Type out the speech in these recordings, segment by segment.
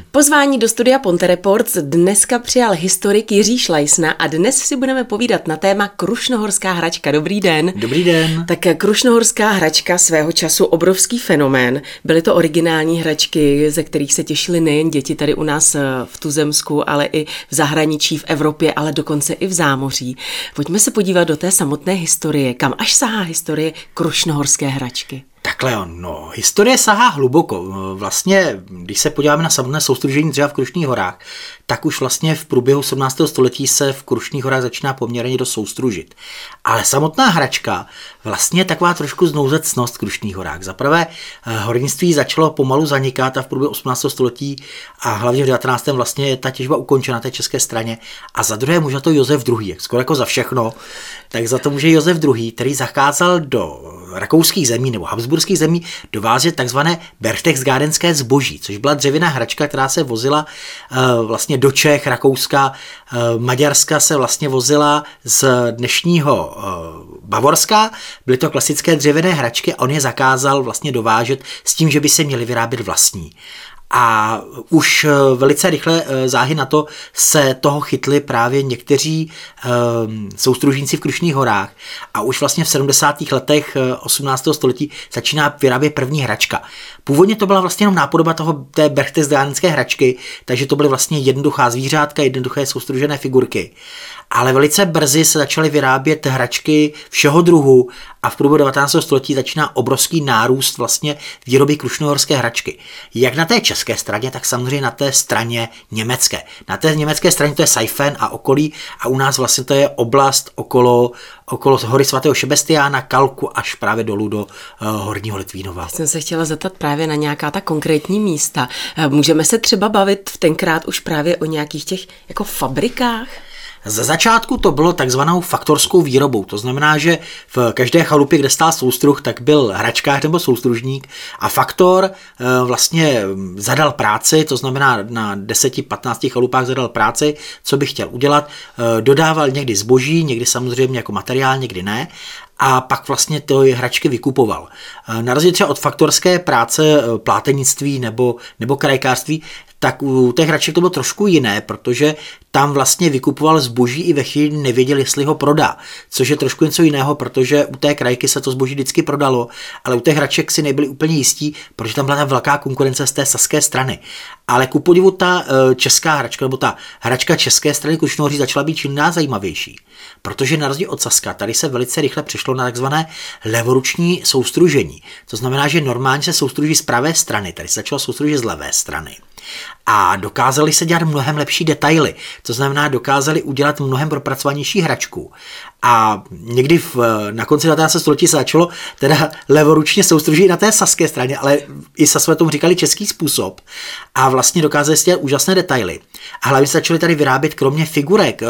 Pozvání do studia Ponte Reports dneska přijal historik Jiří Šlajsna a dnes si budeme povídat na téma krušnohorská hračka. Dobrý den. Dobrý den. Tak krušnohorská hračka svého času obrovský fenomén. Byly to originální hračky, ze kterých se těšily nejen děti tady u nás v Tuzemsku, ale i v zahraničí, v Evropě, ale dokonce i v zámoří. Pojďme se podívat do té samotné historie. Kam až sahá historie krušnohorské hračky? Takhle historie sahá hluboko. Vlastně, když se podíváme na samotné soustředění dřeva v Krušných horách, tak už vlastně v průběhu 17. století se v Krušných horách začíná poměrně dost soustružit. Ale samotná hračka vlastně je taková trošku znouzecnost v Krušných horách. Za prvé, hornictví začalo pomalu zanikat a v průběhu 18. století a hlavně v 19. vlastně je ta těžba ukončena na té české straně. A za druhé může to Josef II. Skoro jako za všechno, tak za to může Josef II., který zakázal do rakouských zemí nebo habsburských zemí dovážet takzvané berchtesgadenské zboží, což byla dřevěná hračka, která se vozila vlastně do Čech, Rakouska, Maďarska se vlastně vozila z dnešního Bavorska. Byly to klasické dřevěné hračky a on je zakázal vlastně dovážet s tím, že by se měly vyrábět vlastní. A už velice rychle záhy na to se toho chytli právě někteří soustružníci v Krušných horách a už vlastně v 70. letech 18. století začíná vyrábět první hračka. Původně to byla vlastně jenom nápodoba té berchtesgadenské hračky, takže to byly vlastně jednoduchá zvířátka, jednoduché soustružené figurky. Ale velice brzy se začaly vyrábět hračky všeho druhu a v průběhu 19. století začíná obrovský nárůst vlastně výroby krušnohorské hračky. Jak na té české straně, tak samozřejmě na té straně německé. Na té německé straně to je Seifen a okolí a u nás vlastně to je oblast okolo hory svatého Šebestiána, Kalku až právě dolů do Horního Litvínova. Já jsem se chtěla zeptat právě na nějaká ta konkrétní místa. Můžeme se třeba bavit tenkrát už právě o nějakých těch jako fabrikách? Za začátku to bylo takzvanou faktorskou výrobou, to znamená, že v každé chalupě, kde stál soustruh, tak byl hračkář nebo soustružník a faktor vlastně zadal práci, to znamená na 10-15 chalupách zadal práci, co by chtěl udělat, dodával někdy zboží, někdy samozřejmě jako materiál, někdy ne. A pak vlastně ty hračky vykupoval. Na rozdíl třeba od faktorské práce plátenictví nebo krajkářství, tak u těch hraček to bylo trošku jiné, protože tam vlastně vykupoval zboží i ve chvíli nevěděl, jestli ho prodá. Což je trošku něco jiného, protože u té krajky se to zboží vždycky prodalo, ale u těch hraček si nebyli úplně jistí, protože tam byla ta velká konkurence z té saské strany. Ale ku podivu ta česká hračka, nebo ta hračka české strany Krušnohoří začala být čím dál zajímavější. Protože na rozdíl od Saska, tady se velice rychle přešlo na takzvané levoruční soustružení. To znamená, že normálně se soustruží z pravé strany, tady se začalo soustružit z levé strany. A dokázali se dělat mnohem lepší detaily. To znamená, dokázali udělat mnohem propracovanější hračku. A někdy na konci 19. století se začalo teda levoručně soustružit na té saské straně, ale i Sasové tomu říkali český způsob. A vlastně dokázali si dělat úžasné detaily. A hlavně se začali tady vyrábět kromě figurek,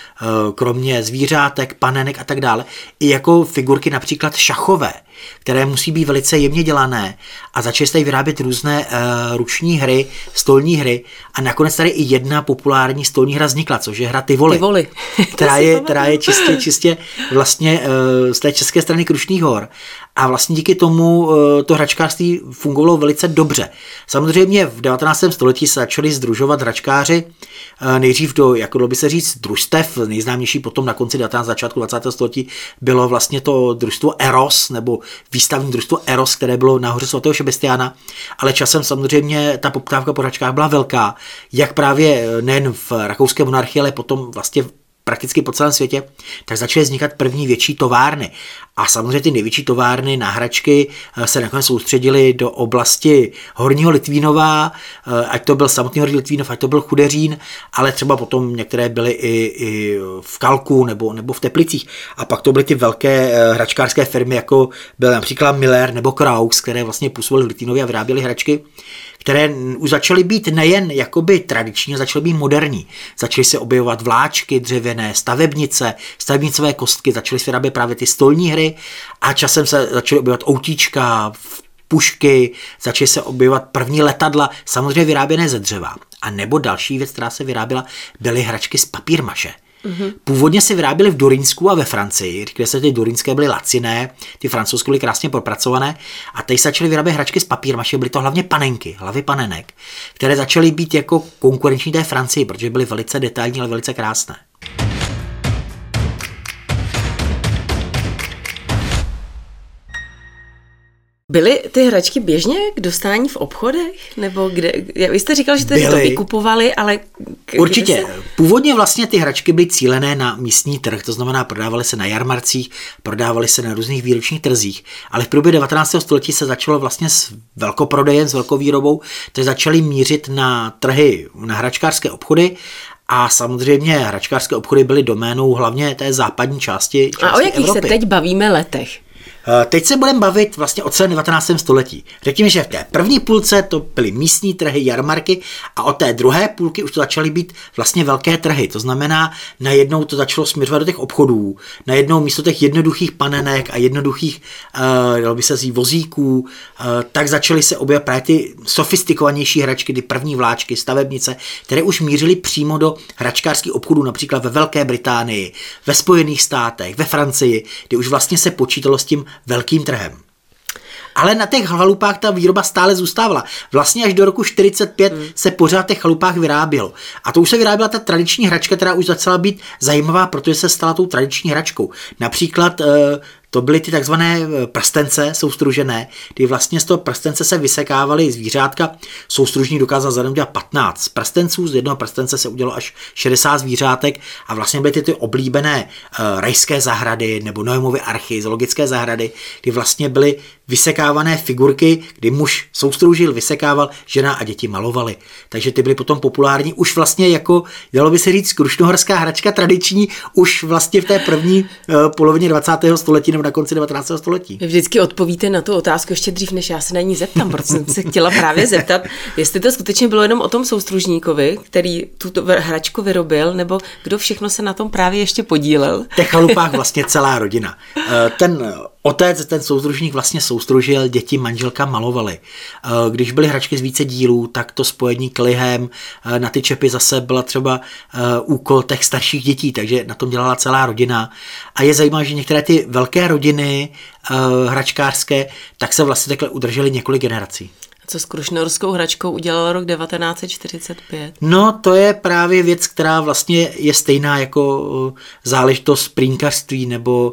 kromě zvířátek, panenek a tak dále, i jako figurky například šachové, které musí být velice jemně dělané a začaly se tady vyrábět různé ruční hry, stolní hry a nakonec tady i jedna populární stolní hra vznikla, což je hra Tivoli. která je čistě vlastně z té české strany Krušných hor. A vlastně díky tomu to hračkářství fungovalo velice dobře. Samozřejmě v 19. století se začali sdružovat hračkáři nejdřív jako by se říct, družstev, nejznámější potom na konci 19. začátku 20. století bylo vlastně to družstvo Eros, nebo výstavní družstvo Eros, které bylo na hoře svatého Šebestiána, ale časem samozřejmě ta poptávka po hračkách byla velká, jak právě nejen v rakouské monarchii, ale potom vlastně prakticky po celém světě, tak začaly vznikat první větší továrny. A samozřejmě ty největší továrny na hračky se nakonec soustředily do oblasti Horního Litvínova, ať to byl samotný Horní Litvínov, ať to byl Chudeřín, ale třeba potom některé byly i v Kalku nebo v Teplicích. A pak to byly ty velké hračkářské firmy, jako byl například Miller nebo Kraus, které vlastně působily v Litvínově a vyráběly hračky, které už začaly být nejen jakoby tradiční, začaly být moderní. Začaly se objevovat vláčky dřevěné, stavebnicové kostky, začaly se vyrábět právě ty stolní hry a časem se začaly objevovat autíčka, pušky, začaly se objevovat první letadla, samozřejmě vyráběné ze dřeva. A nebo další věc, která se vyráběla, byly hračky z papírmaše. Původně se vyráběly v Durinsku a ve Francii, kde se ty durinské byly laciné, ty francouzské byly krásně propracované a teď začaly vyrábět hračky z papírmaše, byly to hlavně panenky, hlavy panenek, které začaly být jako konkurenční té Francii, protože byly velice detailní, ale velice krásné. Byly ty hračky běžně k dostání v obchodech? Nebo kde? Vy jste říkal, že to vykupovali, ale... Určitě. Původně vlastně ty hračky byly cílené na místní trh, to znamená prodávaly se na jarmarcích, prodávaly se na různých výročních trzích, ale v průběhu 19. století se začalo vlastně s velkoprodejem, s velkovýrobou, takže začaly mířit na trhy, na hračkářské obchody. A samozřejmě hračkářské obchody byly doménou hlavně té západní části A o jakých Evropy. se teď bavíme letech? Teď se budeme bavit vlastně o celém 19. století. Řekněme, že v té první půlce to byly místní trhy, jarmarky a od té druhé půlky už to začaly být vlastně velké trhy. To znamená, najednou to začalo směřovat do těch obchodů, najednou místo těch jednoduchých panenek a jednoduchých, dalo by se říct, vozíků, tak začaly se objevovat právě ty sofistikovanější hračky, ty první vláčky, stavebnice, které už mířily přímo do hračkářských obchodů, například ve Velké Británii, ve Spojených státech, ve Francii, kde už vlastně se počítalo s tím velkým trhem. Ale na těch chalupách ta výroba stále zůstávala. Vlastně až do roku 45 se pořád v těch chalupách vyrábělo. A to už se vyráběla ta tradiční hračka, která už začala být zajímavá, protože se stala tou tradiční hračkou. Například to byly ty takzvané prstence soustružené, kdy vlastně z toho prstence se vysekávaly zvířátka. Soustružník dokázal za den udělat 15 prstenců, z jednoho prstence se udělalo až 60 zvířátek a vlastně byly ty oblíbené rajské zahrady nebo Noemovy archy, zoologické zahrady, kdy vlastně byly vysekávané figurky, kdy muž soustružil, vysekával, žena a děti malovali. Takže ty byly potom populární už vlastně jako, dalo by se říct, krušnohorská hračka tradiční už vlastně v té první polovině 20. století nebo na konci 19. století. Vy vždycky odpovíte na tu otázku ještě dřív, než já se na ní zeptám, protože jsem se chtěla právě zeptat, jestli to skutečně bylo jenom o tom soustružníkovi, který tu hračku vyrobil, nebo kdo všechno se na tom právě ještě podílel. V těch chalupách vlastně celá rodina. Ten otec, ten soustružník vlastně soustružil, děti manželka malovali. Když byly hračky z více dílů, tak to spojení klihem na ty čepy zase byla třeba úkol těch starších dětí, takže na tom dělala celá rodina. A je zajímavé, že některé ty velké rodiny hračkářské, tak se vlastně takhle udržely několik generací. Co s krušnohorskou hračkou udělal rok 1945? No, to je právě věc, která vlastně je stejná jako záležitost prýnkařství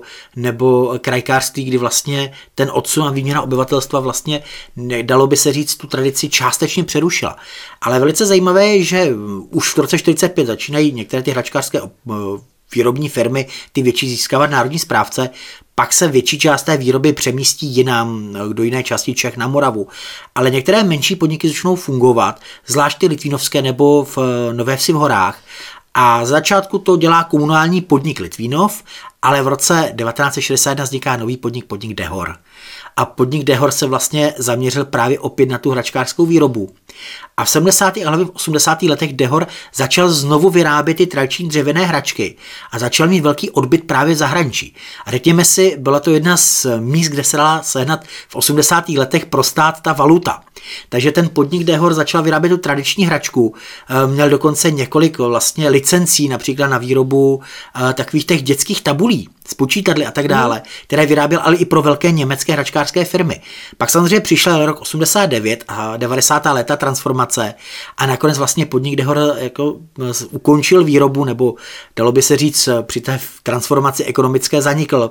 nebo krajkářství, kdy vlastně ten odsun a výměna obyvatelstva vlastně, dalo by se říct, tu tradici částečně přerušila. Ale velice zajímavé je, že už v roce 1945 začínají některé ty hračkářské výrobní firmy, ty větší získávat národní správce, pak se větší část té výroby přemístí jinam, do jiné části Čech na Moravu. Ale některé menší podniky začnou fungovat, zvlášť ty litvínovské nebo v Nové Vsi v horách. A z začátku to dělá komunální podnik Litvínov, ale v roce 1961 vzniká nový podnik Dehor. A podnik Dehor se vlastně zaměřil právě opět na tu hračkářskou výrobu. A v 70. a hlavně v 80. letech Dehor začal znovu vyrábět ty tradiční dřevěné hračky a začal mít velký odbyt právě v zahraničí. A řekněme si, byla to jedna z míst, kde se dala sehnat v 80. letech pro stát ta valuta. Takže ten podnik Dehor začal vyrábět tu tradiční hračku, měl dokonce několik vlastně licencí, například na výrobu takových těch dětských tabulí s počítadly a tak dále, které vyráběl ale i pro velké německé hračkářské firmy. Pak samozřejmě přišel rok 89 a 90. léta transformace a nakonec vlastně podnik Dehor jako ukončil výrobu, nebo dalo by se říct při té transformaci ekonomické zanikl.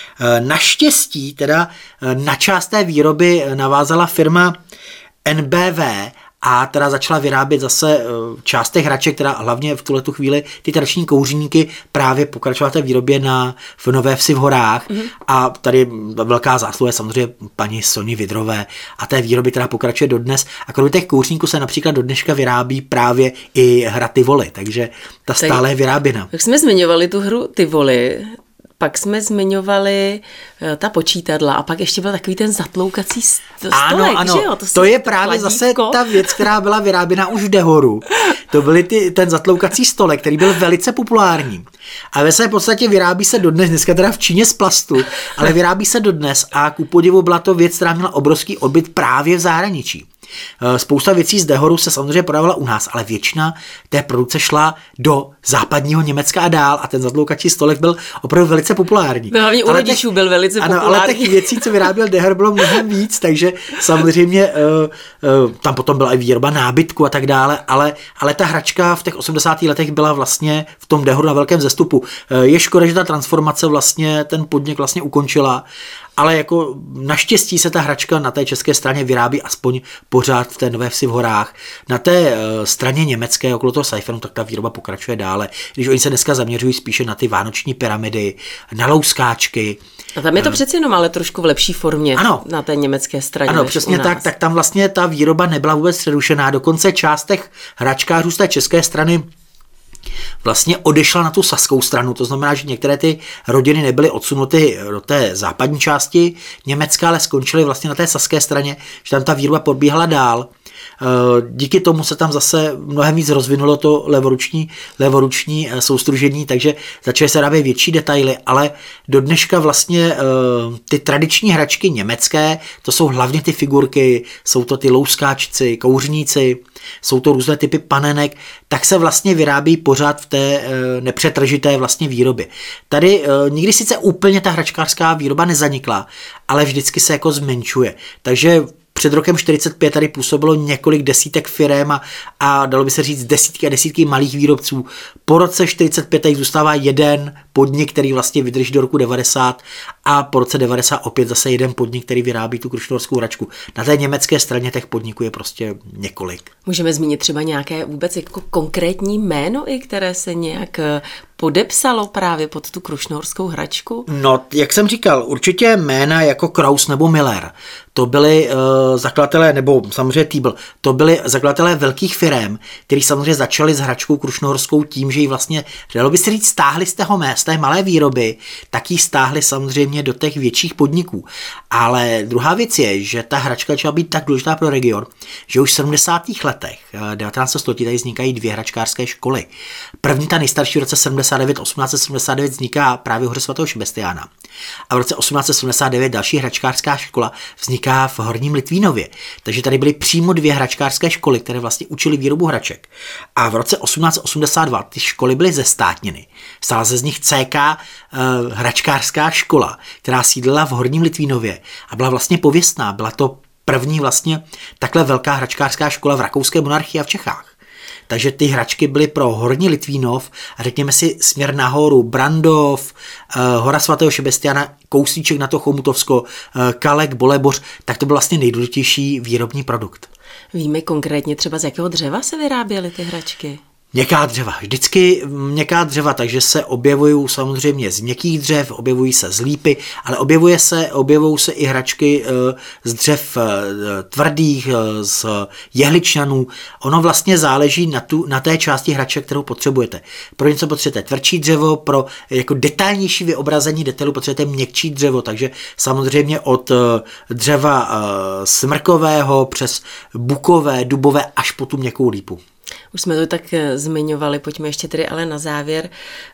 Naštěstí teda na část té výroby navázala firma NBV a teda začala vyrábět zase část těch hraček, která hlavně v tuhletu chvíli ty tradiční kouřníky právě pokračovala té výrobě v Nové Vsi v horách a tady velká zásluha je samozřejmě paní Soni Vidrové a té výroby teda pokračuje dodnes a kromě těch kouřníků se například do dneška vyrábí právě i hra Tivoli, takže ta stále je vyráběna. Jak jsme zmiňovali tu hru Tivoli, pak jsme zmiňovali ta počítadla a pak ještě byl takový ten zatloukací stolek, ano, že jo? To je právě zase ta věc, která byla vyráběna už v Dehoru. To byl ten zatloukací stolek, který byl velice populární. A ve své podstatě vyrábí se dodnes, dneska teda v Číně z plastu, ale vyrábí se dodnes a ku podivu byla to věc, která měla obrovský odbyt právě v zahraničí. Spousta věcí z Dehoru se samozřejmě prodávala u nás, ale většina té produkce šla do západního Německa a dál a ten zatloukací stolek byl opravdu velice populární. No, hlavně u rodičů byl velice populární. Ano, ale těch věcí, co vyráběl Dehor, bylo mnohem víc, takže samozřejmě tam potom byla i výroba nábytku a tak dále, ale ta hračka v těch 80. letech byla vlastně v tom Dehoru na velkém zestupu. Je škoda, že ta transformace vlastně ten podnik vlastně ukončila, ale jako naštěstí se ta hračka na té české straně vyrábí aspoň pořád v té Nové Vsi v horách. Na té straně německé okolo toho Seifenu, tak ta výroba pokračuje dále. Když oni se dneska zaměřují spíše na ty vánoční pyramidy, na louskáčky. A tam je to přeci jenom ale trošku v lepší formě. Ano, na té německé straně. Ano, přesně tak tam vlastně ta výroba nebyla vůbec přerušená. Dokonce část těch hračkářů z té české strany vlastně odešla na tu saskou stranu, to znamená, že některé ty rodiny nebyly odsunuty do té západní části Německa, ale skončily vlastně na té saské straně, že tam ta výroba probíhala dál. Díky tomu se tam zase mnohem víc rozvinulo to levoruční soustružení, takže začaly se rábět větší detaily, ale do dneška vlastně ty tradiční hračky německé, to jsou hlavně ty figurky, jsou to ty louskáčci, kouřníci, jsou to různé typy panenek, tak se vlastně vyrábí pořád v té nepřetržité vlastně výrobě. Tady nikdy sice úplně ta hračkářská výroba nezanikla, ale vždycky se jako zmenšuje. Takže před rokem 45 tady působilo několik desítek firem a dalo by se říct desítky a desítky malých výrobců. Po roce 45 tady zůstává jeden podnik, který vlastně vydrží do roku 90 a po roce 90 opět zase jeden podnik, který vyrábí tu krušnohorskou hračku. Na té německé straně těch podniků je prostě několik. Můžeme zmínit třeba nějaké vůbec jako konkrétní jméno, i které se nějak podepsalo právě pod tu krušnohorskou hračku? No, jak jsem říkal, určitě jména jako Kraus nebo Miller. To byli zakladatelé, nebo samozřejmě Týbl, to byli zakladatelé velkých firem, kteří samozřejmě začali s hračkou krušnohorskou tím, že ji vlastně, dalo by se říct, stáhli z té malé výroby, tak ji stáhli samozřejmě do těch větších podniků. Ale druhá věc je, že ta hračka začala být tak důležitá pro region, že už v 70. letech 19. století tady vznikají dvě hračkářské školy. První, ta nejstarší v roce 1879 vzniká právě u hoře svatého Šebestiána. A v roce 1879 další hračkářská škola vzniká v Horním Litvínově. Takže tady byly přímo dvě hračkářské školy, které vlastně učily výrobu hraček. A v roce 1882 ty školy byly zestátněny. Stala se z nich CK hračkářská škola, která sídlila v Horním Litvínově a byla vlastně pověstná. Byla to první vlastně takhle velká hračkářská škola v rakouské monarchii a v Čechách. Takže ty hračky byly pro Horní Litvínov a řekněme si směr nahoru Brandov, hora svatého Šebestiána, kousíček na to Chomutovsko, Kalek, Boleboř, tak to byl vlastně nejdůležitější výrobní produkt. Víme konkrétně třeba z jakého dřeva se vyráběly ty hračky? Měkká dřeva, vždycky měkká dřeva, takže se objevují samozřejmě z měkkých dřev, objevují se z lípy, ale objevují se i hračky z dřev tvrdých, z jehličnanů. Ono vlastně záleží na té části hraček, kterou potřebujete. Pro něco potřebujete tvrdší dřevo, pro jako detailnější vyobrazení detailu potřebujete měkčí dřevo, takže samozřejmě od dřeva smrkového přes bukové, dubové až po tu měkkou lípu. Už jsme to tak zmiňovali, pojďme ještě tedy ale na závěr.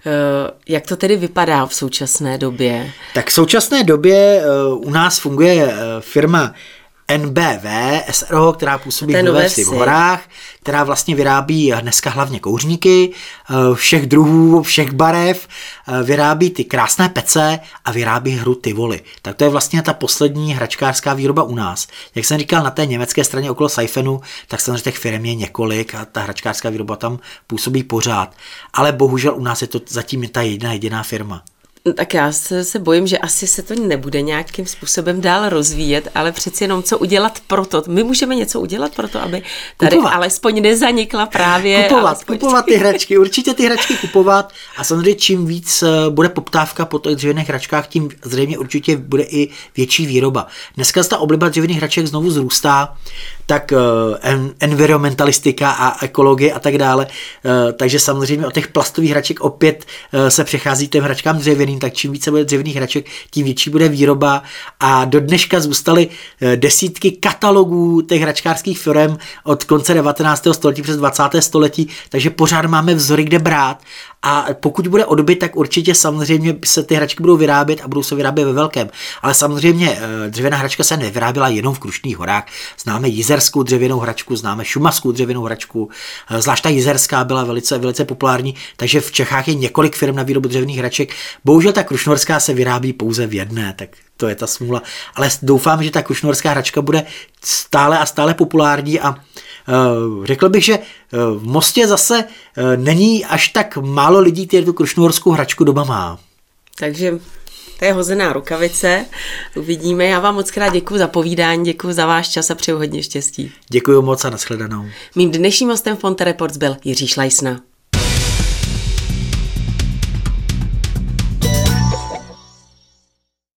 Jak to tedy vypadá v současné době? Tak v současné době u nás funguje firma NBV SRO, která působí v Nové Vsi v horách, která vlastně vyrábí dneska hlavně kouřníky všech druhů, všech barev, vyrábí ty krásné pece a vyrábí hru Tivoli. Tak to je vlastně ta poslední hračkářská výroba u nás. Jak jsem říkal, na té německé straně okolo Seifenu, tak samozřejmě těch firm je několik a ta hračkářská výroba tam působí pořád. Ale bohužel u nás je to zatím ta jediná firma. Tak já se bojím, že asi se to nebude nějakým způsobem dál rozvíjet, ale přeci jenom co udělat pro to. My můžeme něco udělat pro to, aby tady alespoň nezanikla právě... Kupovat ty hračky, určitě ty hračky kupovat a samozřejmě čím víc bude poptávka po těch dřevěných hračkách, tím zřejmě určitě bude i větší výroba. Dneska ta obliba dřevěných hraček znovu zrůstá, tak environmentalistika a ekologie a tak dále, takže samozřejmě od těch plastových hraček opět se přechází těm hračkám dřevěným, tak čím více bude dřevěných hraček, tím větší bude výroba a do dneška zůstaly desítky katalogů těch hračkářských firm od konce 19. století přes 20. století, takže pořád máme vzory kde brát a pokud bude odbyt, tak určitě samozřejmě se ty hračky budou vyrábět a budou se vyrábět ve velkém. Ale samozřejmě dřevěná hračka se nevyráběla jenom v Krušných horách. Známe jizerskou dřevěnou hračku, známe šumavskou dřevěnou hračku, zvlášť ta jizerská byla velice populární, takže v Čechách je několik firm na výrobu dřevěných hraček. Bohužel ta krušnohorská se vyrábí pouze v jedné, tak to je ta smůla. Ale doufám, že ta krušnohorská hračka bude stále a stále populární a řekl bych, že v Mostě zase není až tak málo lidí, kteří tu krušnohorskou hračku doma má. Takže to je hozená rukavice. Uvidíme. Já vám moc krát děkuji za povídání, děkuji za váš čas a přeju hodně štěstí. Děkuji moc a nashledanou. Mým dnešním hostem v Ponte Reports byl Jiří Šlajsna.